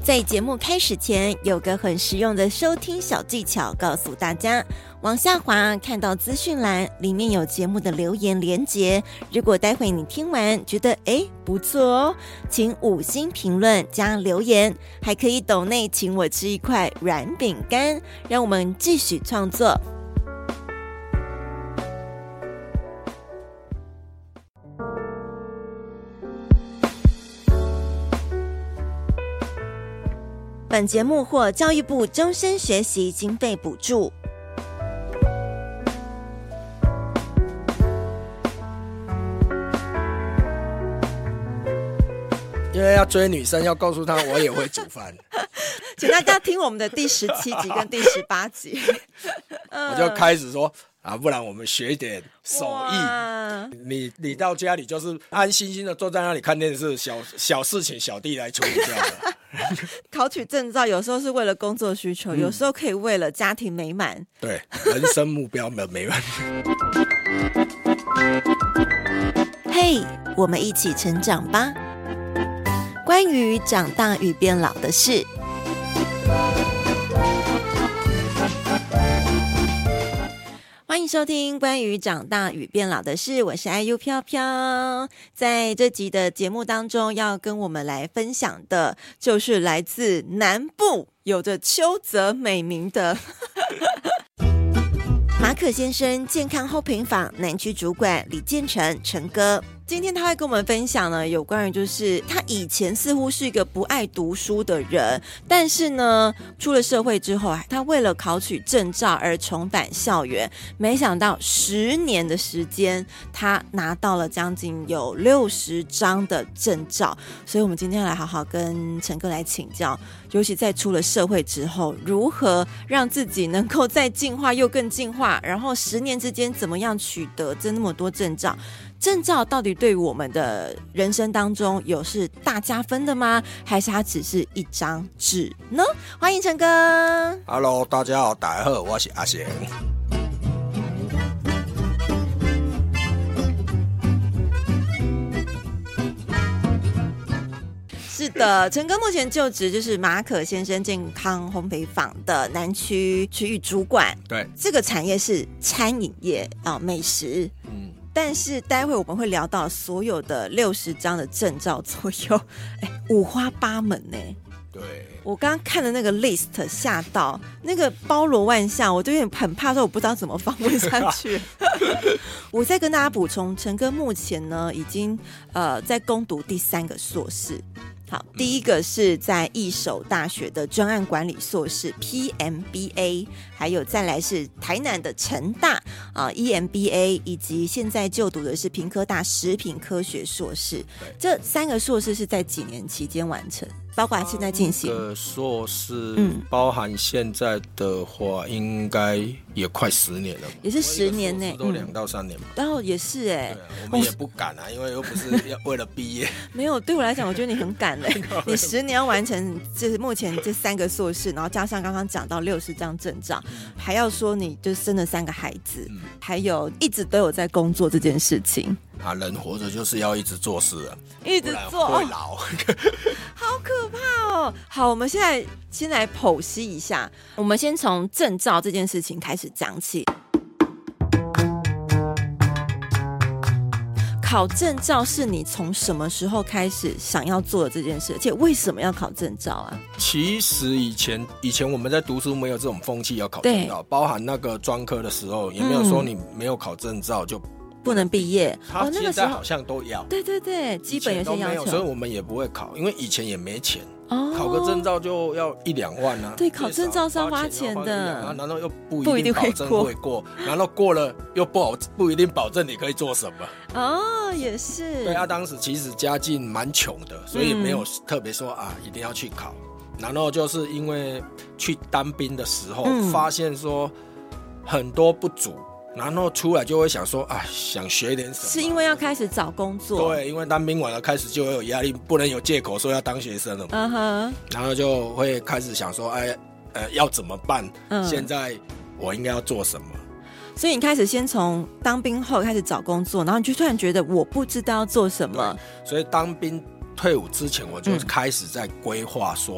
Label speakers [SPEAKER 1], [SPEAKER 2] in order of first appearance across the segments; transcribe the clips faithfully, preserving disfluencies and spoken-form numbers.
[SPEAKER 1] 在节目开始前，有个很实用的收听小技巧告诉大家，往下滑看到资讯栏，里面有节目的留言连结，如果待会你听完觉得诶不错哦，请五星评论加留言，还可以抖内请我吃一块软饼干，让我们继续创作。本节目获教育部终身学习经费补助。
[SPEAKER 2] 因为要追女生，要告诉她我也会煮饭。
[SPEAKER 1] 请大家听我们的第十七集跟第十八集。
[SPEAKER 2] 我就开始说啊，不然我们学一点手艺。你你到家里就是安安心心的坐在那里看电视，小小事情小弟来处理掉了。
[SPEAKER 1] 考取证照有时候是为了工作需求、嗯、有时候可以为了家庭美满，
[SPEAKER 2] 对，人生目标的美满。
[SPEAKER 1] 嘿、hey, 我们一起成长吧，关于长大与变老的事。欢迎收听关于长大与变老的事，我是 I U 飘飘。在这集的节目当中，要跟我们来分享的就是来自南部有着邱泽美名的马可先生健康后陪访南区主管李建成成哥。今天他会跟我们分享呢，有关于就是他以前似乎是一个不爱读书的人，但是呢出了社会之后，他为了考取证照而重返校园，没想到十年的时间他拿到了将近有六十张的证照。所以我们今天来好好跟陈哥来请教，尤其在出了社会之后，如何让自己能够再进化又更进化，然后十年之间怎么样取得这那么多证照，证照到底对于我们的人生当中有是大加分的吗？还是它只是一张纸呢？欢迎陈哥。
[SPEAKER 2] Hello， 大家好，大家好，我是阿贤。
[SPEAKER 1] 是的，陈哥目前就职就是马可先生健康烘焙坊的南区区域主管。
[SPEAKER 2] 对，这
[SPEAKER 1] 个产业是餐饮业啊、哦，美食。嗯，但是待会我们会聊到所有的六十张的证照左右，哎，五花八门呢。
[SPEAKER 2] 对，
[SPEAKER 1] 我刚刚看的那个 list 吓到，那个包罗万象，我就有点很怕说我不知道怎么访问下去。我再跟大家补充，陈哥目前呢已经呃在攻读第三个硕士。好，第一个是在一手大学的专案管理硕士 P M B A， 还有再来是台南的成大啊 E M B A， 以及现在就读的是屏科大食品科学硕士。这三个硕士是在几年期间完成？包括现在进行
[SPEAKER 2] 的硕士、嗯、包含现在的话应该也快十年了，
[SPEAKER 1] 也是十年呢，
[SPEAKER 2] 都两到三年吧、
[SPEAKER 1] 嗯、然后也是哎、
[SPEAKER 2] 啊，我们也不敢啊，因为又不是要为了毕业。
[SPEAKER 1] 没有，对我来讲我觉得你很敢嘞。你十年要完成就是目前这三个硕士，然后加上刚刚讲到六十张证照、嗯、还要说你就生了三个孩子、嗯、还有一直都有在工作这件事情
[SPEAKER 2] 啊，人活着就是要一直做事啊，
[SPEAKER 1] 一直做
[SPEAKER 2] 会老、哦、
[SPEAKER 1] 好可怕哦。好，我们现在先来剖析一下，我们先从证照这件事情开始讲起。考证照是你从什么时候开始想要做的这件事，而且为什么要考证照啊？
[SPEAKER 2] 其实以前以前我们在读书没有这种风气要考证照，包含那个专科的时候也没有说你没有考证照就
[SPEAKER 1] 不能毕业。
[SPEAKER 2] 他现在好像都要、
[SPEAKER 1] 哦、对对对，基本有些要求，
[SPEAKER 2] 所以我们也不会考，因为以前也没钱。哦、考个证照就要一两万啊！
[SPEAKER 1] 对，考证照是要花钱的，
[SPEAKER 2] 然后又不一定保证会过，然后过了又不好，不一定保证你可以做什么。
[SPEAKER 1] 哦，也是。
[SPEAKER 2] 对啊，当时其实家境蛮穷的，所以没有特别说、嗯、啊一定要去考。然后就是因为去当兵的时候、嗯、发现说很多不足。然后出来就会想说啊，想学点什么？
[SPEAKER 1] 是因为要开始找工作？
[SPEAKER 2] 对，因为当兵完了，开始就会有压力，不能有借口说要当学生了嘛。嗯哼。然后就会开始想说，哎，呃，要怎么办？嗯。现在我应该要做什么？
[SPEAKER 1] 所以你开始先从当兵后开始找工作，然后你就突然觉得我不知道要做什么。
[SPEAKER 2] 所以当兵退伍之前，我就开始在规划说。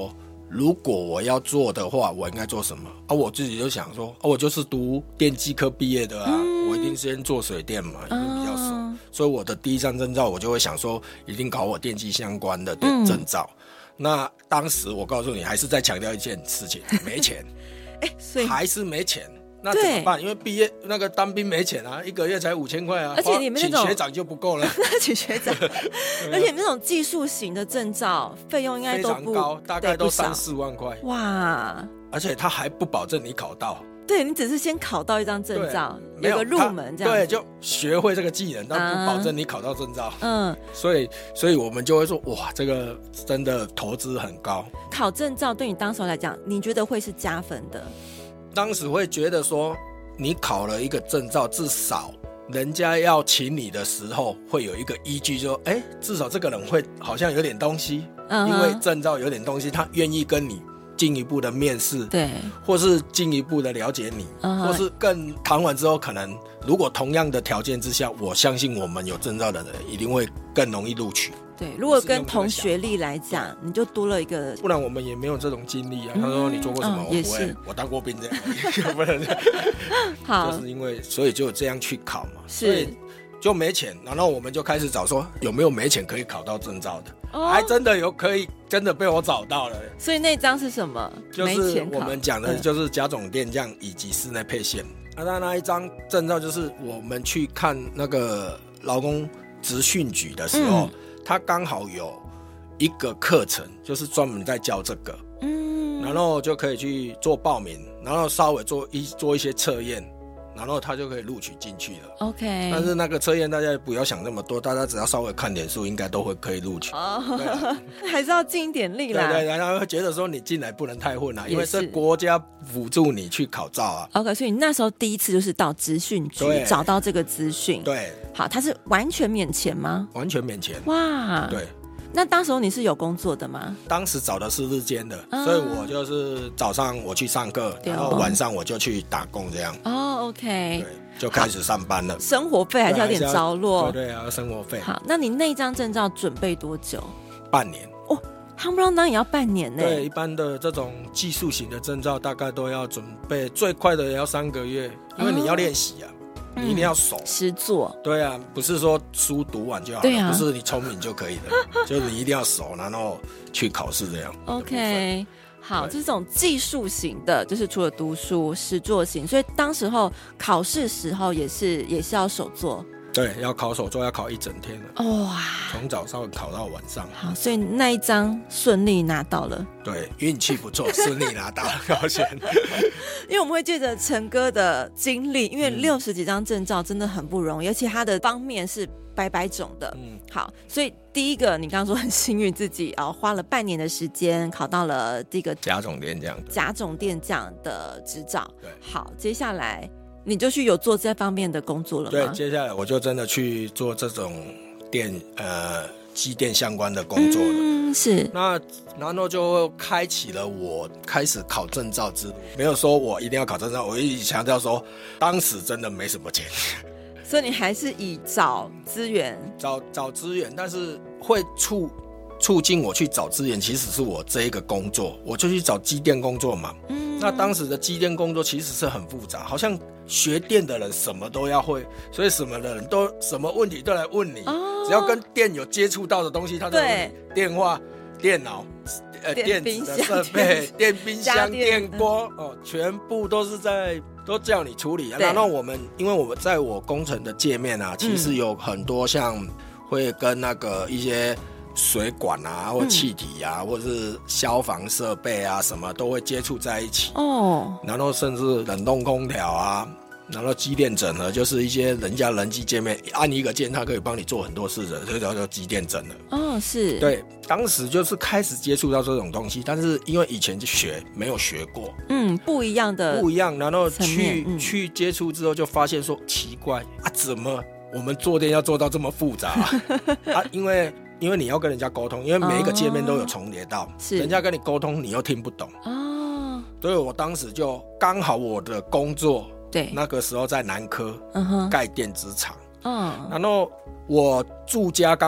[SPEAKER 2] 如果我要做的话，我应该做什么啊？我自己就想说，啊、我就是读电机科毕业的啊，嗯、我一定先做水电嘛，因为比较熟，嗯、所以我的第一张证照，我就会想说，一定考我电机相关的证照。嗯、那当时我告诉你，还是在强调一件事情，没钱，
[SPEAKER 1] 哎、所以
[SPEAKER 2] 还是没钱。那怎么办？因为毕业那个当兵没钱啊，一个月才五千块啊，
[SPEAKER 1] 而且你们那种
[SPEAKER 2] 请学长就不够了，
[SPEAKER 1] 请学长，而且你们那种技术型的证照费用应该都不
[SPEAKER 2] 非常高，大概都三四万块。
[SPEAKER 1] 哇！
[SPEAKER 2] 而且他还不保证你考到，
[SPEAKER 1] 对你只是先考到一张证照，有个入门这样，
[SPEAKER 2] 对，就学会这个技能，但不保证你考到证照。
[SPEAKER 1] 嗯，
[SPEAKER 2] 所以所以我们就会说，哇，这个真的投资很高。
[SPEAKER 1] 考证照对你当时来讲，你觉得会是加分的？
[SPEAKER 2] 当时会觉得说，你考了一个证照，至少人家要请你的时候，会有一个依据说，哎，至少这个人会好像有点东西，嗯、因为证照有点东西，他愿意跟你进一步的面试，
[SPEAKER 1] 对，
[SPEAKER 2] 或是进一步的了解你，嗯、或是更谈完之后，可能如果同样的条件之下，我相信我们有证照的人一定会更容易录取。
[SPEAKER 1] 对，如果跟同学历来讲，你就多了一个，
[SPEAKER 2] 不然我们也没有这种经历啊。嗯、他说你做过什么？嗯、我不会，我当过兵这样，不能。好，就是因为所以就这样去考嘛，所以就没钱，然后我们就开始找说有没有没钱可以考到证照的，哦、还真的有可以，真的被我找到了。
[SPEAKER 1] 所以那张是什么？
[SPEAKER 2] 就是我们讲的就是甲种电匠以及室内配线。那、嗯啊、那一张证照就是我们去看那个劳工职训局的时候。嗯，他刚好有一个课程，就是专门在教这个，嗯，然后就可以去做报名，然后稍微做一做一些测验，然后他就可以录取进去了。OK， 但是那个测验大家也不要想那么多，大家只要稍微看点数，应该都会可以录取。哦，
[SPEAKER 1] 啊、还是要尽一点力啦。
[SPEAKER 2] 对对，然后会觉得说你进来不能太混啦，因为是国家辅助你去考照啊。
[SPEAKER 1] OK， 所以你那时候第一次就是到职训局找到这个资讯。
[SPEAKER 2] 对。
[SPEAKER 1] 好，它是完全免钱吗？
[SPEAKER 2] 完全免钱。
[SPEAKER 1] 哇，
[SPEAKER 2] 对。
[SPEAKER 1] 那当时你是有工作的吗？
[SPEAKER 2] 当时找的是日间的，啊、所以我就是早上我去上课，然后晚上我就去打工这样。
[SPEAKER 1] 哦 ，OK，
[SPEAKER 2] 对，就开始上班了。
[SPEAKER 1] 生活费还是有点着落。
[SPEAKER 2] 对对啊，生活费。
[SPEAKER 1] 好，那你那张证照准备多久？
[SPEAKER 2] 半年。
[SPEAKER 1] 哦，夯不啷当也要半年呢。
[SPEAKER 2] 对，一般的这种技术型的证照大概都要准备，最快的也要三个月，因为你要练习啊。哦，你一定要熟、嗯、
[SPEAKER 1] 实作。对
[SPEAKER 2] 啊，不是说书读完就好了，对啊，不是你聪明就可以的，就是你一定要熟，然后去考试这样。
[SPEAKER 1] OK， 好，这种技术型的，就是除了读书，实作型，所以当时候考试时候也是也是要手作。
[SPEAKER 2] 对，要考手作，要考一整天的。哇！从早上考到晚上。
[SPEAKER 1] 好，所以那一张顺利拿到了。
[SPEAKER 2] 对，运气不错，顺利拿到了，高兴。
[SPEAKER 1] 因为我们会借着陈哥的经历，因为六十几张证照真的很不容易，而且他的方面是百百种的。嗯，好，所以第一个你刚刚说很幸运，自己哦花了半年的时间考到了第一个
[SPEAKER 2] 甲种电匠
[SPEAKER 1] 甲种电匠的执照。对，好，接下来。你就去有做这方面的工作了吗？
[SPEAKER 2] 对，接下来我就真的去做这种电呃机电相关的工作了。嗯，是。那然后就开启了我开始考证照之路。没有说我一定要考证照，我一直强调说，当时真的没什么钱。
[SPEAKER 1] 所以你还是以找资源，
[SPEAKER 2] 找找资源，但是会促促进我去找资源，其实是我这一个工作，我就去找机电工作嘛。嗯。那当时的机电工作其实是很复杂，好像学电的人什么都要会，所以什么的人都什么问题都来问你，哦、只要跟电有接触到的东西，他都问你。电话、电脑、呃电子的设备、电冰箱、电锅、嗯、哦，全部都是在都叫你处理。然后我们，因为我们在我工程的界面啊，其实有很多像会跟那个一些。水管啊，或气体啊，嗯、或者是消防设备啊，什么都会接触在一起。哦，然后甚至冷冻空调啊，然后机电整合，就是一些人家人机界面按一个键，它可以帮你做很多事的，这叫做机电整合。
[SPEAKER 1] 哦，是。
[SPEAKER 2] 对，当时就是开始接触到这种东西，但是因为以前就学没有学过，
[SPEAKER 1] 嗯，不一样的，
[SPEAKER 2] 不一样，然后去、嗯、去接触之后，就发现说奇怪啊，怎么我们做电要做到这么复杂啊？啊因为。因为你要跟人家沟通，因为每一个界面都有重叠到，是、哦、人家跟你沟通，你又听不懂哦。所以我当时就刚好我的工作，对，那个时候在南科盖电子厂，嗯，然后我住家刚好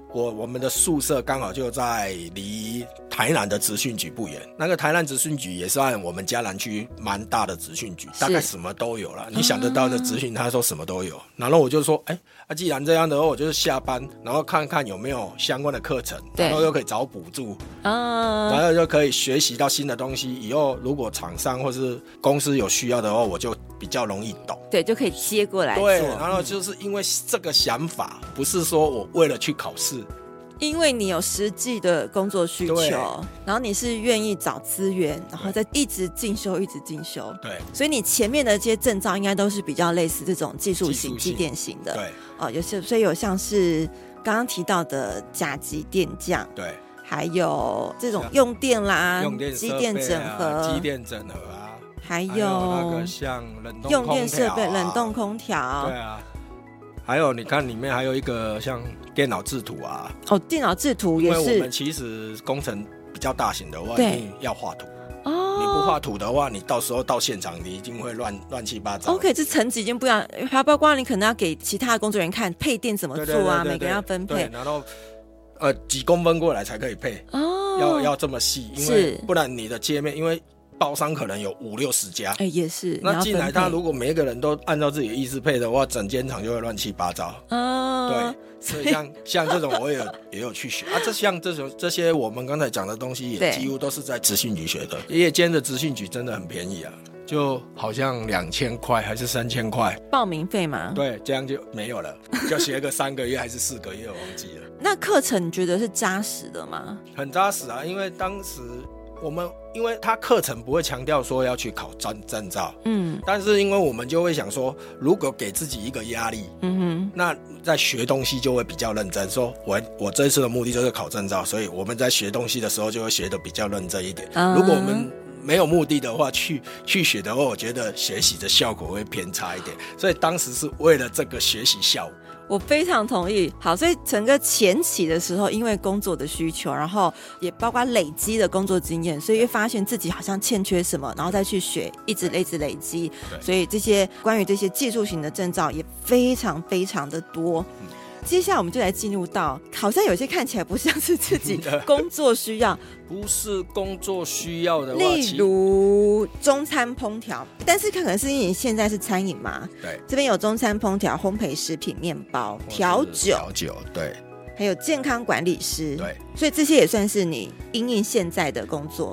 [SPEAKER 2] 我我们的宿舍刚好就在离台南的职训局不远，那个台南职训局也是按我们嘉南区蛮大的职训局，大概什么都有了，你想得到的职训他说什么都有。然后我就说，哎、欸啊，既然这样的话，我就是下班，然后看看有没有相关的课程，然后又可以找补助，啊，然后就可以学习到新的东西。以后如果厂商或是公司有需要的话，我就比较容易懂，
[SPEAKER 1] 对，就可以接过来做。
[SPEAKER 2] 对，然后就是因为这个想法，不是说我为了去考试。
[SPEAKER 1] 因为你有实际的工作需求，然后你是愿意找资源，然后再一直进修一直进修，
[SPEAKER 2] 对，
[SPEAKER 1] 所以你前面的这些证照应该都是比较类似这种技术型机电型的，
[SPEAKER 2] 对，
[SPEAKER 1] 哦，有些所以有像是刚刚提到的甲级电匠，
[SPEAKER 2] 对，
[SPEAKER 1] 还有这种用电啦、
[SPEAKER 2] 用电
[SPEAKER 1] 机电整合、
[SPEAKER 2] 机电整合啊，
[SPEAKER 1] 还有
[SPEAKER 2] 那个像冷冻空调、啊、
[SPEAKER 1] 用电设备、冷冻空调，
[SPEAKER 2] 对啊。还有你看里面还有一个像电脑制图啊，
[SPEAKER 1] 哦，电脑制图也是，
[SPEAKER 2] 因为我们其实工程比较大型的话，一定要画图。哦，你不画图的话，你到时候到现场你一定会乱乱七八糟。
[SPEAKER 1] OK， 这层级已经不一样，还包括你可能要给其他的工作人员看配电怎么做啊，对对对对对，每个人要分配，
[SPEAKER 2] 对，然后呃几公分过来才可以配，哦，要要这么细，因为不然你的界面因为。包商可能有五六十家，
[SPEAKER 1] 哎、欸，也是。
[SPEAKER 2] 那进来，他如果每一个人都按照自己的意思配的话，整间厂就会乱七八糟。哦，对，所以像像这种我也有也有去学啊。这像这种这些我们刚才讲的东西，也几乎都是在职训局学的。夜间的职训局真的很便宜啊，就好像两千块还是三千块
[SPEAKER 1] 报名费嘛？
[SPEAKER 2] 对，这样就没有了，就学个三个月还是四个月，我忘记了。
[SPEAKER 1] 那课程你觉得是扎实的吗？
[SPEAKER 2] 很扎实啊，因为当时。我们因为他课程不会强调说要去考证证照，嗯，但是因为我们就会想说，如果给自己一个压力，嗯哼，那在学东西就会比较认真。说我我这一次的目的就是考证照，所以我们在学东西的时候就会学得比较认真一点。嗯、如果我们没有目的的话，去去学的话，我觉得学习的效果会偏差一点。所以当时是为了这个学习效果。
[SPEAKER 1] 我非常同意。好，所以整个前期的时候，因为工作的需求，然后也包括累积的工作经验，所以会发现自己好像欠缺什么，然后再去学，一直一直累积。所以这些关于这些技术型的证照也非常非常的多。嗯，接下来我们就来进入到，好像有些看起来不像是自己工作需要，
[SPEAKER 2] 不是工作需要的话，
[SPEAKER 1] 例如中餐烹调，但是可能是因为你现在是餐饮嘛，
[SPEAKER 2] 对，
[SPEAKER 1] 这边有中餐烹调、烘焙食品、面包、调酒、
[SPEAKER 2] 调酒，对，
[SPEAKER 1] 还有健康管理师，
[SPEAKER 2] 对，
[SPEAKER 1] 所以这些也算是你因应现在的工作。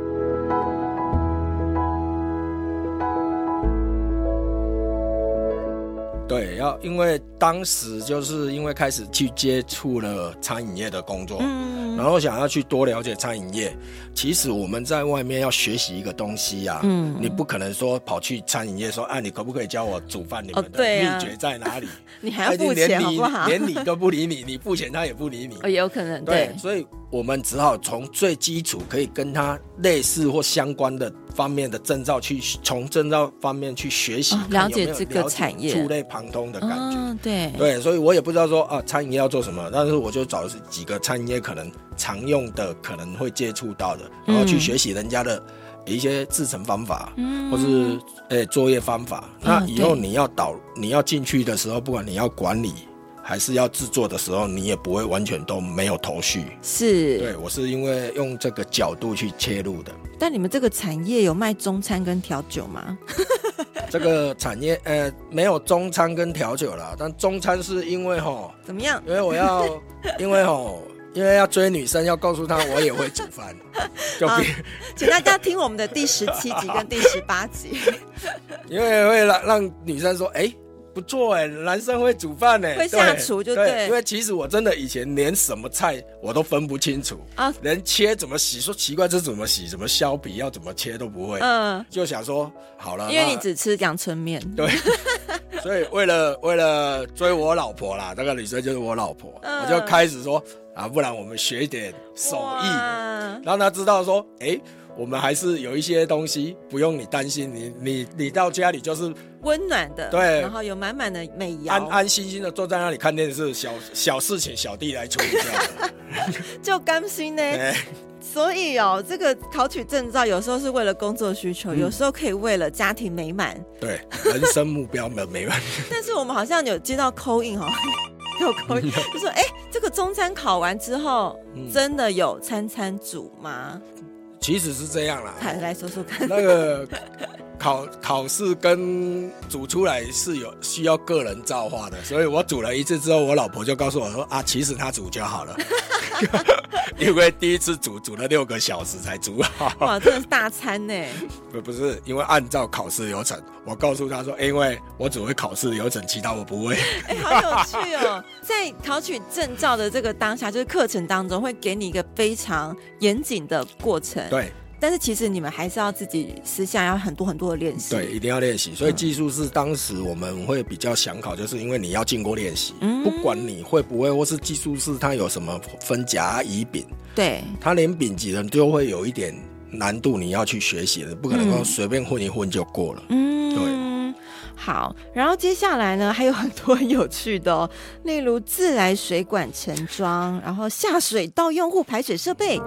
[SPEAKER 2] 对，要因为当时就是因为开始去接触了餐饮业的工作，嗯，然后想要去多了解餐饮业。其实我们在外面要学习一个东西啊，嗯，你不可能说跑去餐饮业说，啊，你可不可以教我煮饭？你们的秘诀在哪里？哦啊、
[SPEAKER 1] 你还要付钱好不好？
[SPEAKER 2] 连你都不理你，你付钱他也不理你，
[SPEAKER 1] 哦，也有可能
[SPEAKER 2] 对,
[SPEAKER 1] 对，
[SPEAKER 2] 所以我们只好从最基础可以跟他类似或相关的方面的证照去，从证照方面去学习，哦、
[SPEAKER 1] 了解这个产业，
[SPEAKER 2] 触类旁通的感觉。
[SPEAKER 1] 哦、对
[SPEAKER 2] 对，所以我也不知道说啊，餐饮业要做什么，但是我就找几个餐饮业可能常用的、可能会接触到的，然后去学习人家的一些制程方法，嗯，或是诶作业方法。嗯、那以后你要导、你要进去的时候，不管你要管理还是要制作的时候，你也不会完全都没有头绪。
[SPEAKER 1] 是，
[SPEAKER 2] 对，我是因为用这个角度去切入的。
[SPEAKER 1] 但你们这个产业有卖中餐跟调酒吗？
[SPEAKER 2] 这个产业呃没有中餐跟调酒啦，但中餐是因为齁
[SPEAKER 1] 怎么样？
[SPEAKER 2] 因为我要因为齁因为要追女生，要告诉她我也会煮饭。就
[SPEAKER 1] 好，请大家听我们的第十七集跟第十八集。
[SPEAKER 2] 因为会让让女生说，哎、欸。不错哎，男生会煮饭哎，
[SPEAKER 1] 会下厨就 对,
[SPEAKER 2] 对。因为其实我真的以前连什么菜我都分不清楚啊，连切怎么洗，说奇怪这怎么洗，怎么削皮，要怎么切都不会。嗯，就想说好了，
[SPEAKER 1] 因为你只吃阳春面。
[SPEAKER 2] 对，所以为了为了追我老婆啦，那个女生就是我老婆，嗯、我就开始说啊，不然我们学一点手艺，让她知道说，哎、欸。我们还是有一些东西不用你担心，你你你到家里就是
[SPEAKER 1] 温暖的，
[SPEAKER 2] 对，
[SPEAKER 1] 然后有满满的美肴，
[SPEAKER 2] 安安心心的坐在那里看电视，小小事情小弟来处理掉
[SPEAKER 1] 就甘心呢。所以哦，这个考取证照有时候是为了工作需求，嗯、有时候可以为了家庭美满，
[SPEAKER 2] 对，人生目标的美满。
[SPEAKER 1] 但是我们好像有接到 call in 哦。 有口语，就说哎、欸，这个中餐考完之后，嗯、真的有餐餐煮吗？
[SPEAKER 2] 其实是这样啦，
[SPEAKER 1] 来来说说看。
[SPEAKER 2] 那个考考试跟煮出来是有需要个人造化的，所以我煮了一次之后，我老婆就告诉我说啊，其实她煮就好了。因为第一次煮煮了六个小时才煮好。
[SPEAKER 1] 哇，真的是大餐呢！
[SPEAKER 2] 不不是，因为按照考试流程，我告诉他说，欸、因为我只会考试流程，其他我不会。
[SPEAKER 1] 哎、欸，好有趣哦！在考取证照的这个当下，就是课程当中会给你一个非常严谨的过程。
[SPEAKER 2] 对。
[SPEAKER 1] 但是其实你们还是要自己私下要很多很多的练习。
[SPEAKER 2] 对，一定要练习。所以技术是当时我们会比较想考，就是因为你要经过练习、嗯，不管你会不会，或是技术是它有什么分甲乙丙，
[SPEAKER 1] 对，
[SPEAKER 2] 它连丙级的就会有一点难度，你要去学习的，不可能够随便混一混就过了。嗯，对。
[SPEAKER 1] 好，然后接下来呢，还有很多很有趣的哦，例如自来水管承装，然后下水道用户排水设备。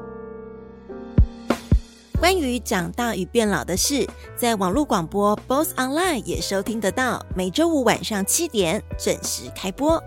[SPEAKER 1] 关于长大与变老的事，在网络广播 B O S S Online 也收听得到，每周五晚上七点准时开播。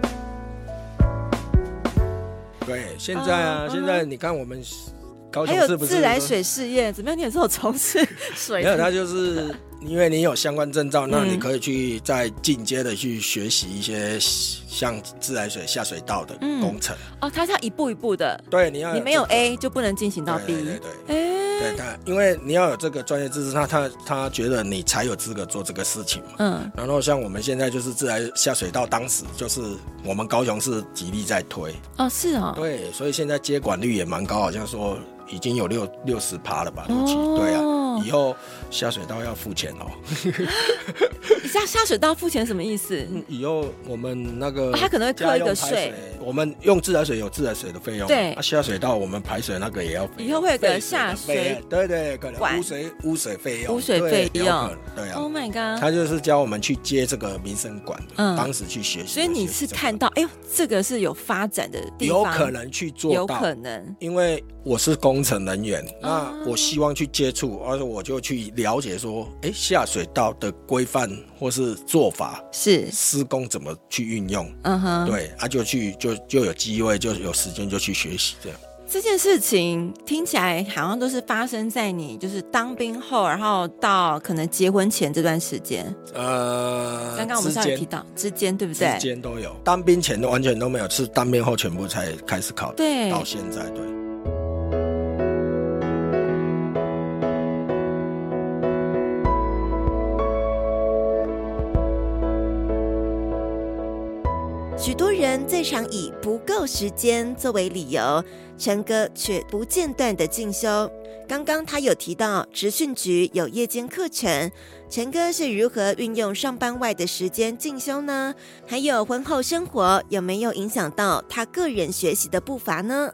[SPEAKER 2] 对，现在啊，嗯、现在你看我们高雄是不是
[SPEAKER 1] 还有自来水事业？怎么样？你也是有从事水？
[SPEAKER 2] 没有，它就是因为你有相关证照，那你可以去再进阶的去学习一些像自来水下水道的工程。
[SPEAKER 1] 嗯、哦，它是要一步一步的。
[SPEAKER 2] 对，你要有、这个、
[SPEAKER 1] 你没有 A 就不能进行到 B。
[SPEAKER 2] 对对对对。欸对他，因为你要有这个专业知识，他他他觉得你才有资格做这个事情嘛。嗯。然后像我们现在就是自来下水道，当时就是我们高雄市极力在推。
[SPEAKER 1] 哦，是哦。
[SPEAKER 2] 对，所以现在接管率也蛮高，好像说已经有六六十趴了吧？六七、哦。对啊，以后下水道要付钱哦。
[SPEAKER 1] 下下水道付钱什么意思？
[SPEAKER 2] 嗯、以后我们那个、
[SPEAKER 1] 哦、他可能会课一个税。
[SPEAKER 2] 我们用自来水有自来水的费用，
[SPEAKER 1] 对。
[SPEAKER 2] 啊、下水道我们排水那个也要费用。
[SPEAKER 1] 以后会有个下水，
[SPEAKER 2] 对对，可能污水污水费用，
[SPEAKER 1] 污水费用，
[SPEAKER 2] 对啊。
[SPEAKER 1] Oh my god！
[SPEAKER 2] 他就是教我们去接这个民生管，嗯，当时去学习。
[SPEAKER 1] 所以你是看到，哎呦，这个是有发展的地方，
[SPEAKER 2] 有可能去做到，
[SPEAKER 1] 有可能，
[SPEAKER 2] 因为我是工程人员，那我希望去接触，而且我就去了解说，哎，下水道的规范或是做法
[SPEAKER 1] 是
[SPEAKER 2] 施工怎么去运用，嗯哼，对，啊，就去就就有机会，就有时间就去学习这样。
[SPEAKER 1] 这件事情听起来好像都是发生在你就是当兵后，然后到可能结婚前这段时间。呃，刚刚我们上有提到之间，对不对？
[SPEAKER 2] 之间都有，当兵前完全都没有，是当兵后全部才开始考，
[SPEAKER 1] 对，
[SPEAKER 2] 到现在对。
[SPEAKER 1] 许多人最常以不够时间作为理由，陈哥却不间断的进修。刚刚他有提到职训局有夜间课程，陈哥是如何运用上班外的时间进修呢？还有婚后生活有没有影响到他个人学习的步伐呢？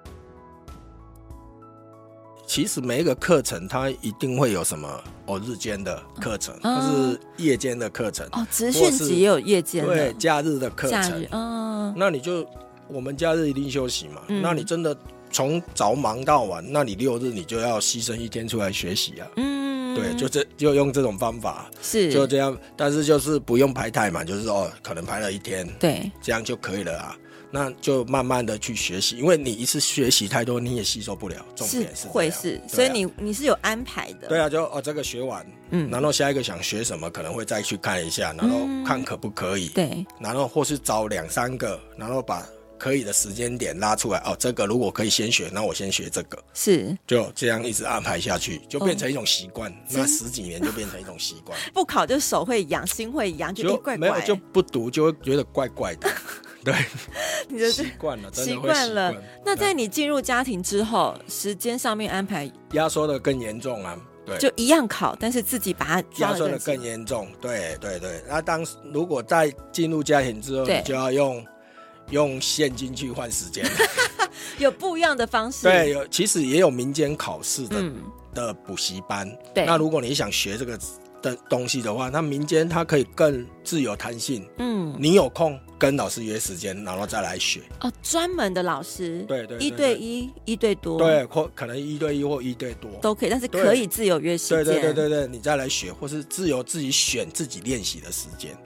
[SPEAKER 2] 其实每一个课程它一定会有什么哦，日间的课程，或、嗯、是夜间的课程
[SPEAKER 1] 哦，职训局也有夜间的，
[SPEAKER 2] 对，假日的课程，
[SPEAKER 1] 假日，嗯，
[SPEAKER 2] 那你就我们假日一定休息嘛，嗯、那你真的从早忙到晚，那你六日你就要牺牲一天出来学习啊，嗯，对，就这就用这种方法，
[SPEAKER 1] 是
[SPEAKER 2] 就这样，但是就是不用排太满，就是哦，可能排了一天，
[SPEAKER 1] 对，
[SPEAKER 2] 这样就可以了啊。那就慢慢的去学习，因为你一次学习太多，你也吸收不了。重点是
[SPEAKER 1] 会是，啊、所以你你是有安排的。
[SPEAKER 2] 对啊，就哦这个学完，嗯，然后下一个想学什么，可能会再去看一下，然后看可不可以，嗯、
[SPEAKER 1] 对，
[SPEAKER 2] 然后或是找两三个，然后把可以的时间点拉出来。哦，这个如果可以先学，那我先学这个，
[SPEAKER 1] 是，
[SPEAKER 2] 就这样一直安排下去，就变成一种习惯。哦、那十几年就变成一种习惯。
[SPEAKER 1] 不考就手会痒，心会痒，就怪怪，
[SPEAKER 2] 没有就不读就会觉得怪怪的。对，
[SPEAKER 1] 你就
[SPEAKER 2] 习惯了，
[SPEAKER 1] 习惯了。那在你进入家庭之后，时间上面安排
[SPEAKER 2] 压缩的更严重啊。对，
[SPEAKER 1] 就一样考，但是自己把它
[SPEAKER 2] 压缩的更严重。对对对，那当如果在进入家庭之后，你就要用用现金去换时间，
[SPEAKER 1] 有不一样的方式。
[SPEAKER 2] 对，有其实也有民间考试的、嗯、的补习班。
[SPEAKER 1] 对，
[SPEAKER 2] 那如果你想学这个的东西的话，那民间它可以更自由弹性。嗯，你有空跟老师约时间，然后再来学。
[SPEAKER 1] 哦，专门的老师，
[SPEAKER 2] 对 对, 对，
[SPEAKER 1] 一对一、一对多，
[SPEAKER 2] 对，或可能一对一或一对多
[SPEAKER 1] 都可以，但是可以自由约时间。
[SPEAKER 2] 对对对对对，你再来学，或是自由自己选自己练习的时间。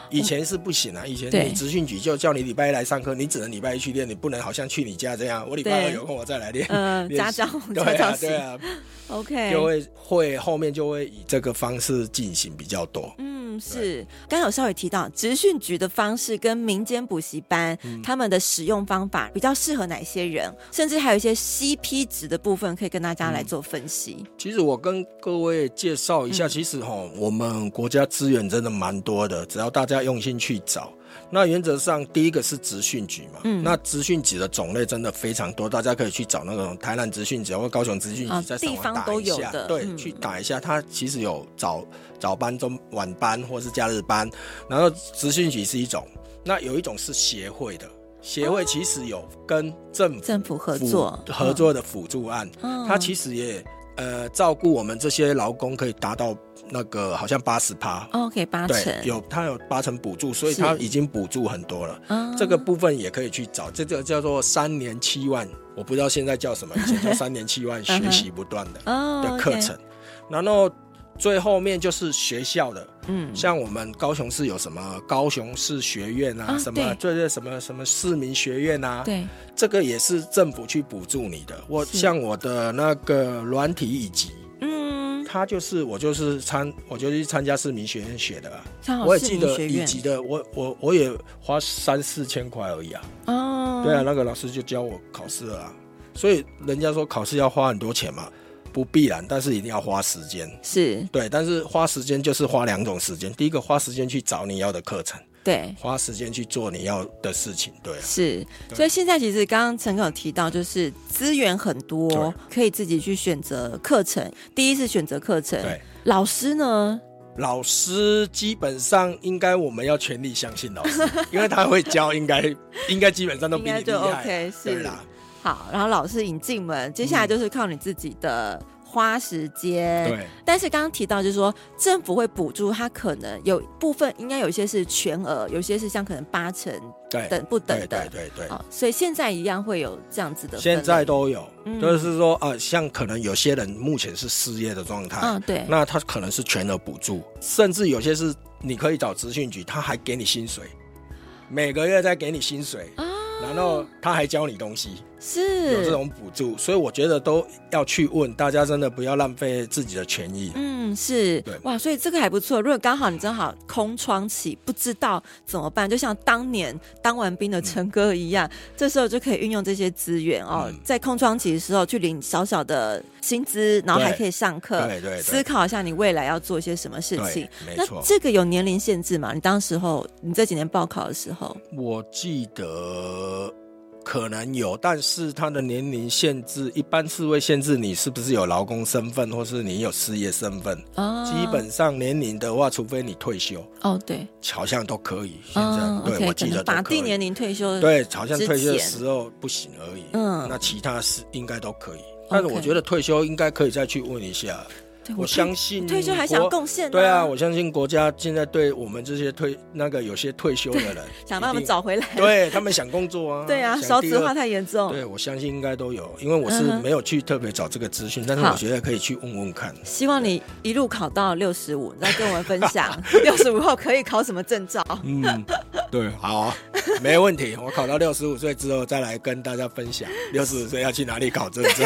[SPEAKER 2] 以前是不行啊，以前你职训局就叫你礼拜一来上课，你只能礼拜一去练，你不能好像去你家这样，我礼拜二有空我再来练。
[SPEAKER 1] 嗯、呃，家教
[SPEAKER 2] 对啊对啊
[SPEAKER 1] ，OK，
[SPEAKER 2] 就会会后面就会以这个方式进行比较多。
[SPEAKER 1] 嗯，是，刚有稍微提到职训局的方式跟民间补习班、嗯、他们的使用方法比较适合哪些人，甚至还有一些 C P 值的部分可以跟大家来做分析。嗯、
[SPEAKER 2] 其实我跟各位介绍一下，嗯、其实齁我们国家资源真的蛮多的，只要大家用心去找。那原则上第一个是职训局嘛，嗯、那职训局的种类真的非常多，大家可以去找那种台南职训局或高雄职训局，在上网打一下，对，嗯、去打一下，它其实有早早班、中晚班或是假日班，然后职训局是一种，那有一种是协会的。协会其实有跟政府
[SPEAKER 1] 政府合作
[SPEAKER 2] 合作的辅助案，嗯、它其实也呃照顾我们这些劳工可以达到那个好像八十趴
[SPEAKER 1] ，OK 八成，
[SPEAKER 2] 对，有它有八成补助，所以它已经补助很多了。这个部分也可以去找，这个叫做三年七万，我不知道现在叫什么，以前叫三年七万学习不断的的课程，然后。最后面就是学校的，嗯，像我们高雄市有什么高雄市学院啊，啊什么这些什么什么市民学院啊，
[SPEAKER 1] 对，
[SPEAKER 2] 这个也是政府去补助你的。我像我的那个软体乙级，嗯，他就是我就是参我就去参加市民学院学的啊，我也记得乙级的，我我我也花三四千块而已啊，哦，对啊，那个老师就教我考试了啊，所以人家说考试要花很多钱嘛。不必然，但是一定要花时间。
[SPEAKER 1] 是，
[SPEAKER 2] 对，但是花时间就是花两种时间。第一个花时间去找你要的课程，
[SPEAKER 1] 对，
[SPEAKER 2] 花时间去做你要的事情，对、啊。
[SPEAKER 1] 是，所以现在其实刚刚陈哥有提到，就是资源很多，可以自己去选择课程。第一是选择课程，对，老师呢？
[SPEAKER 2] 老师基本上应该我们要全力相信老师，因为他会教，应该应该基本上都比你厉害，
[SPEAKER 1] OK， 是
[SPEAKER 2] 对啦。
[SPEAKER 1] 好，然后老师引进门，接下来就是靠你自己的花时间。对、嗯，但是刚刚提到就是说，政府会补助，它可能有部分应该有一些是全额，有些是像可能八成等不等的。
[SPEAKER 2] 对对对 对, 对、哦。
[SPEAKER 1] 所以现在一样会有这样子的分类。
[SPEAKER 2] 现在都有，嗯、就是说呃，像可能有些人目前是失业的状态，嗯，对，那他可能是全额补助，甚至有些是你可以找职训局，他还给你薪水，每个月再给你薪水。啊，然后他还教你东西，是有这种补助，所以我觉得都要去问大家，真的不要浪费自己的权益。
[SPEAKER 1] 嗯，是，对，哇，所以这个还不错。如果刚好你正好空窗期，不知道怎么办，就像当年当完兵的陈哥一样，嗯、这时候就可以运用这些资源哦，嗯、在空窗期的时候去领小小的薪资，然后还可以上课，对 对, 对，思考一下你未来要做些什么事情。没错，那这个有年龄限制吗？你当时候你这几年报考的时候，
[SPEAKER 2] 我记得。可能有，但是它的年龄限制一般是会限制你是不是有劳工身份，或是你有失业身份。哦、基本上年龄的话，除非你退休。哦，对，好像都可以。现在、哦、对、okay, 我记得
[SPEAKER 1] 法定年龄退休，
[SPEAKER 2] 对，好像退休的时候不行而已。嗯，那其他是应该都可以。但是我觉得退休应该可以再去问一下。我相信
[SPEAKER 1] 退休还想贡献、啊，
[SPEAKER 2] 对啊，我相信国家现在对我们这些退那个有些退休的人，
[SPEAKER 1] 想把他们找回来，
[SPEAKER 2] 对他们想工作啊，
[SPEAKER 1] 对啊，少子化太严重，
[SPEAKER 2] 对我相信应该都有，因为我是没有去特别找这个资讯、嗯，但是我觉得可以去问问看。
[SPEAKER 1] 希望你一路考到六十五，再跟我们分享六十五后可以考什么证照。
[SPEAKER 2] 嗯，对，好、啊，没问题，我考到六十五岁之后再来跟大家分享六十五岁要去哪里考证照。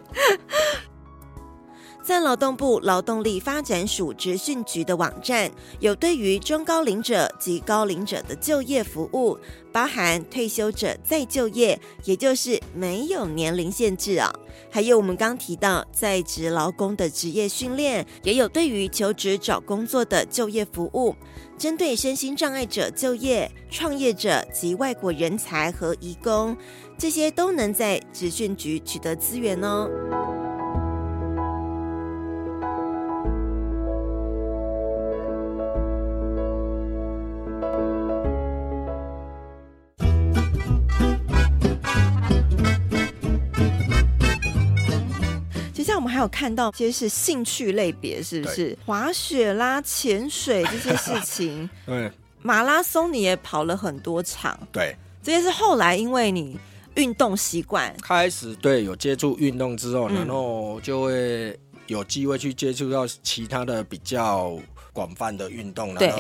[SPEAKER 1] 在劳动部劳动力发展署职训局的网站，有对于中高龄者及高龄者的就业服务，包含退休者再就业，也就是没有年龄限制啊。还有我们刚提到在职劳工的职业训练，也有对于求职找工作的就业服务，针对身心障碍者就业、创业者及外国人才和移工，这些都能在职训局取得资源哦。我们还有看到其实是兴趣类别，是不是滑雪啦、潜水这些事情？对，马拉松你也跑了很多场，
[SPEAKER 2] 对，
[SPEAKER 1] 这些是后来因为你运动习惯
[SPEAKER 2] 开始，对，有接触运动之后、嗯，然后就会有机会去接触到其他的比较广泛的运动，然后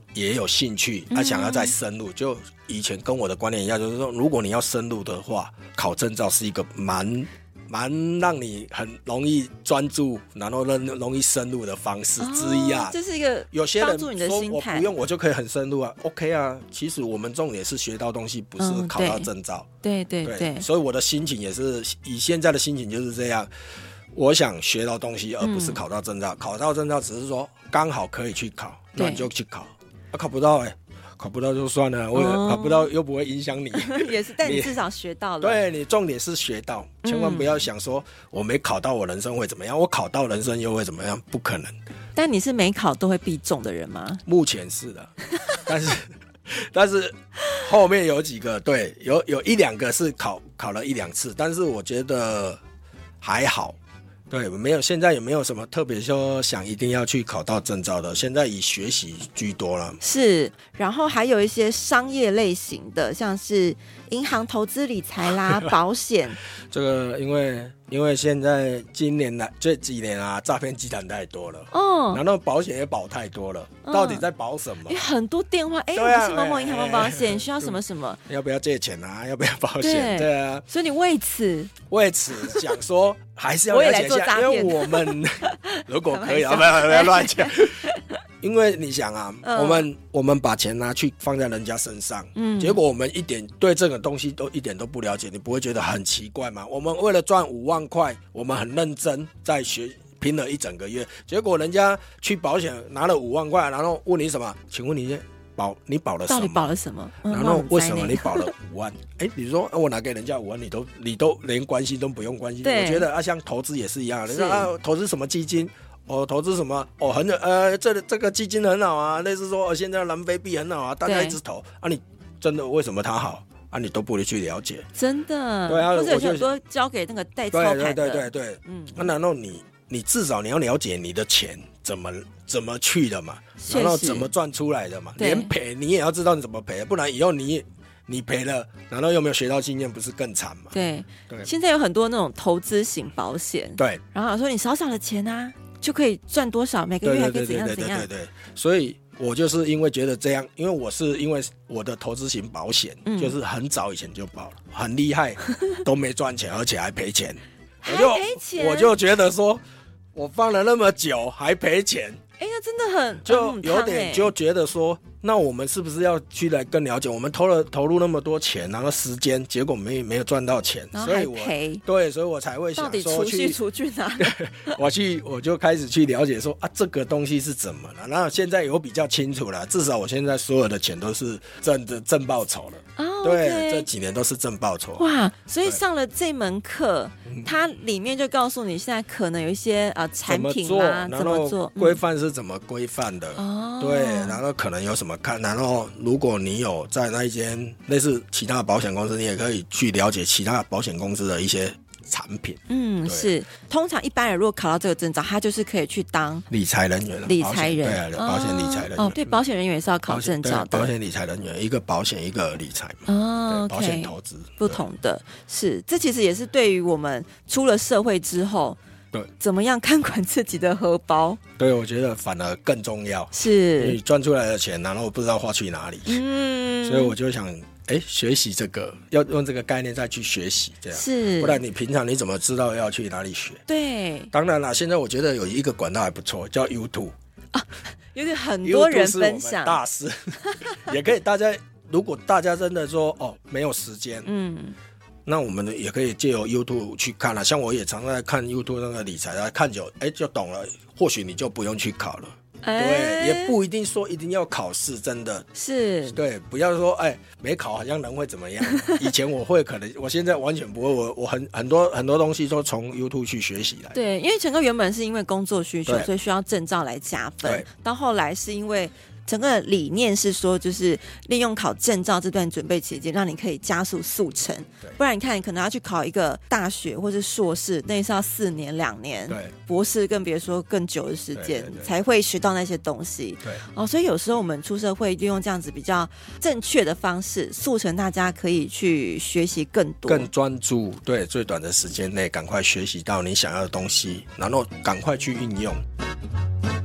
[SPEAKER 2] 也有兴趣，他、啊、想要再深入，就以前跟我的观念一样，就是说，如果你要深入的话，考证照是一个蛮蛮让你很容易专注，然后容易深入的方式之一啊。
[SPEAKER 1] 哦、这是一个
[SPEAKER 2] 有些人
[SPEAKER 1] 帮助你的心态，
[SPEAKER 2] 说我不用我就可以很深入啊 ，OK 啊。其实我们重点是学到东西，不是考到证照。
[SPEAKER 1] 嗯、对对 对, 对, 对，
[SPEAKER 2] 所以我的心情也是以现在的心情就是这样。我想学到东西，而不是考到证照。嗯、考到证照只是说刚好可以去考，那你就去考。啊，考不到哎、欸，考不到就算了，我、哦、考不到又不会影响你。
[SPEAKER 1] 也是，但你至少学到了。
[SPEAKER 2] 对，你重点是学到，千万不要想说我没考到我人生会怎么样，我考到人生又会怎么样，不可能。
[SPEAKER 1] 但你是没考都会必中的人吗？
[SPEAKER 2] 目前是的，但是但是后面有几个，对，有有一两个是考考了一两次，但是我觉得还好。对，没有，现在也没有什么特别说想一定要去考到证照的，现在以学习居多了。
[SPEAKER 1] 是，然后还有一些商业类型的，像是银行投资理财啦、保险。
[SPEAKER 2] 这个因为因为现在今年来这几年啊，诈骗集团太多了，哦，然后保险也保太多了，嗯、到底在保什么？
[SPEAKER 1] 很多电话，哎，我是某某银行的保险，需要什么什么？
[SPEAKER 2] 要不要借钱啊？要不要保险？对啊，
[SPEAKER 1] 所以你为此
[SPEAKER 2] 为此想说。还是要了解一下，因为我们如果可以啊，不要不要乱讲。因为你想啊，嗯、我们我们把钱拿去放在人家身上，嗯，结果我们一点对这个东西都一点都不了解，你不会觉得很奇怪吗？我们为了赚五万块，我们很认真在学，拼了一整个月，结果人家去保险拿了五万块，然后问你什么？请问你保你保了什么？
[SPEAKER 1] 到底保了什么？
[SPEAKER 2] 嗯、然后为什么你保了五万？哎，比如说、啊、我拿给人家五万，你都你都连关心都不用关心。我觉得啊，像投资也是一样，人家啊投资什么基金，哦投资什么哦很呃这这个基金很好啊，类似说哦现在南非币很好啊，大家一直投啊，你真的为什么它好啊？你都不会去了解，
[SPEAKER 1] 真的对
[SPEAKER 2] 啊，
[SPEAKER 1] 或者有很多交给那个代操盘的，
[SPEAKER 2] 对对对对对，嗯，那、啊、然后你你至少你要了解你的钱怎么怎么去的嘛，然后怎么赚出来的嘛，连赔你也要知道你怎么赔，不然以后你你赔了，然后又没有学到经验，不是更惨吗？
[SPEAKER 1] 对对，现在有很多那种投资型保险，
[SPEAKER 2] 对，
[SPEAKER 1] 然后说你少少的钱啊，就可以赚多少，每个月还可以怎样怎样，
[SPEAKER 2] 对对对对，所以我就是因为觉得这样，因为我是因为我的投资型保险、嗯、就是很早以前就保了，很厉害，都没赚钱，而且还赔钱，
[SPEAKER 1] 还赔钱，
[SPEAKER 2] 我就觉得说。我放了那么久还赔钱，
[SPEAKER 1] 哎、欸，那真的很
[SPEAKER 2] 就有点就觉得说，那我们是不是要去来更了解？我们投了投入那么多钱，然后时间，结果没没有赚到钱，
[SPEAKER 1] 所以我
[SPEAKER 2] 对，所以我才会想说去
[SPEAKER 1] 到底储蓄储去哪里？
[SPEAKER 2] 我去我就开始去了解说啊，这个东西是怎么了？然后现在有比较清楚了，至少我现在所有的钱都是正的正报酬了。
[SPEAKER 1] 哦，
[SPEAKER 2] 对，
[SPEAKER 1] okay
[SPEAKER 2] 这几年都是正报酬。
[SPEAKER 1] 哇，所以上了这门课，它里面就告诉你现在可能有一些呃产品啊怎么做，
[SPEAKER 2] 规范是怎么规范的。哦、嗯，对，然后可能有什么看，然后如果你有在那一间类似其他的保险公司，你也可以去了解其他保险公司的一些产品。
[SPEAKER 1] 嗯，是。通常一般人如果考到这个证照，他就是可以去当
[SPEAKER 2] 理财人员了。
[SPEAKER 1] 理财人，
[SPEAKER 2] 对啊，保险理财人员。
[SPEAKER 1] 哦，对，保险人员也是要考证照的。
[SPEAKER 2] 保险理财人员，一个保险，一个理财嘛。哦，保险投资
[SPEAKER 1] 不同的是，这其实也是对于我们出了社会之后。
[SPEAKER 2] 对，
[SPEAKER 1] 怎么样看管自己的荷包？
[SPEAKER 2] 对，我觉得反而更重要。
[SPEAKER 1] 是
[SPEAKER 2] 你赚出来的钱，然后我不知道花去哪里。嗯，所以我就想，哎，学习这个，要用这个概念再去学习，这样
[SPEAKER 1] 是，
[SPEAKER 2] 不然你平常你怎么知道要去哪里学？
[SPEAKER 1] 对，
[SPEAKER 2] 当然啦，现在我觉得有一个管道还不错，叫 YouTube
[SPEAKER 1] 啊，有点很多人分享，
[SPEAKER 2] 大师也可以。大家如果大家真的说哦没有时间，嗯。那我们也可以借由 YouTube 去看了、啊，像我也常在看 YouTube 那个理财啊，看久哎就懂了，或许你就不用去考了。欸、对，也不一定说一定要考试，真的
[SPEAKER 1] 是
[SPEAKER 2] 对，不要说哎没考好像人会怎么样。以前我会可能，我现在完全不会，我我很很多很多东西都从 YouTube 去学习来。
[SPEAKER 1] 对，因为陈哥原本是因为工作需求，所以需要证照来加分，到后来是因为。整个理念是说，就是利用考证照这段准备期间，让你可以加速速成。不然你看，你可能要去考一个大学或是硕士，那是要四年、两年，
[SPEAKER 2] 对，
[SPEAKER 1] 博士更别说更久的时间才会学到那些东西。
[SPEAKER 2] 对，
[SPEAKER 1] 哦，所以有时候我们出社会，利用这样子比较正确的方式，速成大家可以去学习更多、
[SPEAKER 2] 更专注。对，最短的时间内赶快学习到你想要的东西，然后赶快去运用。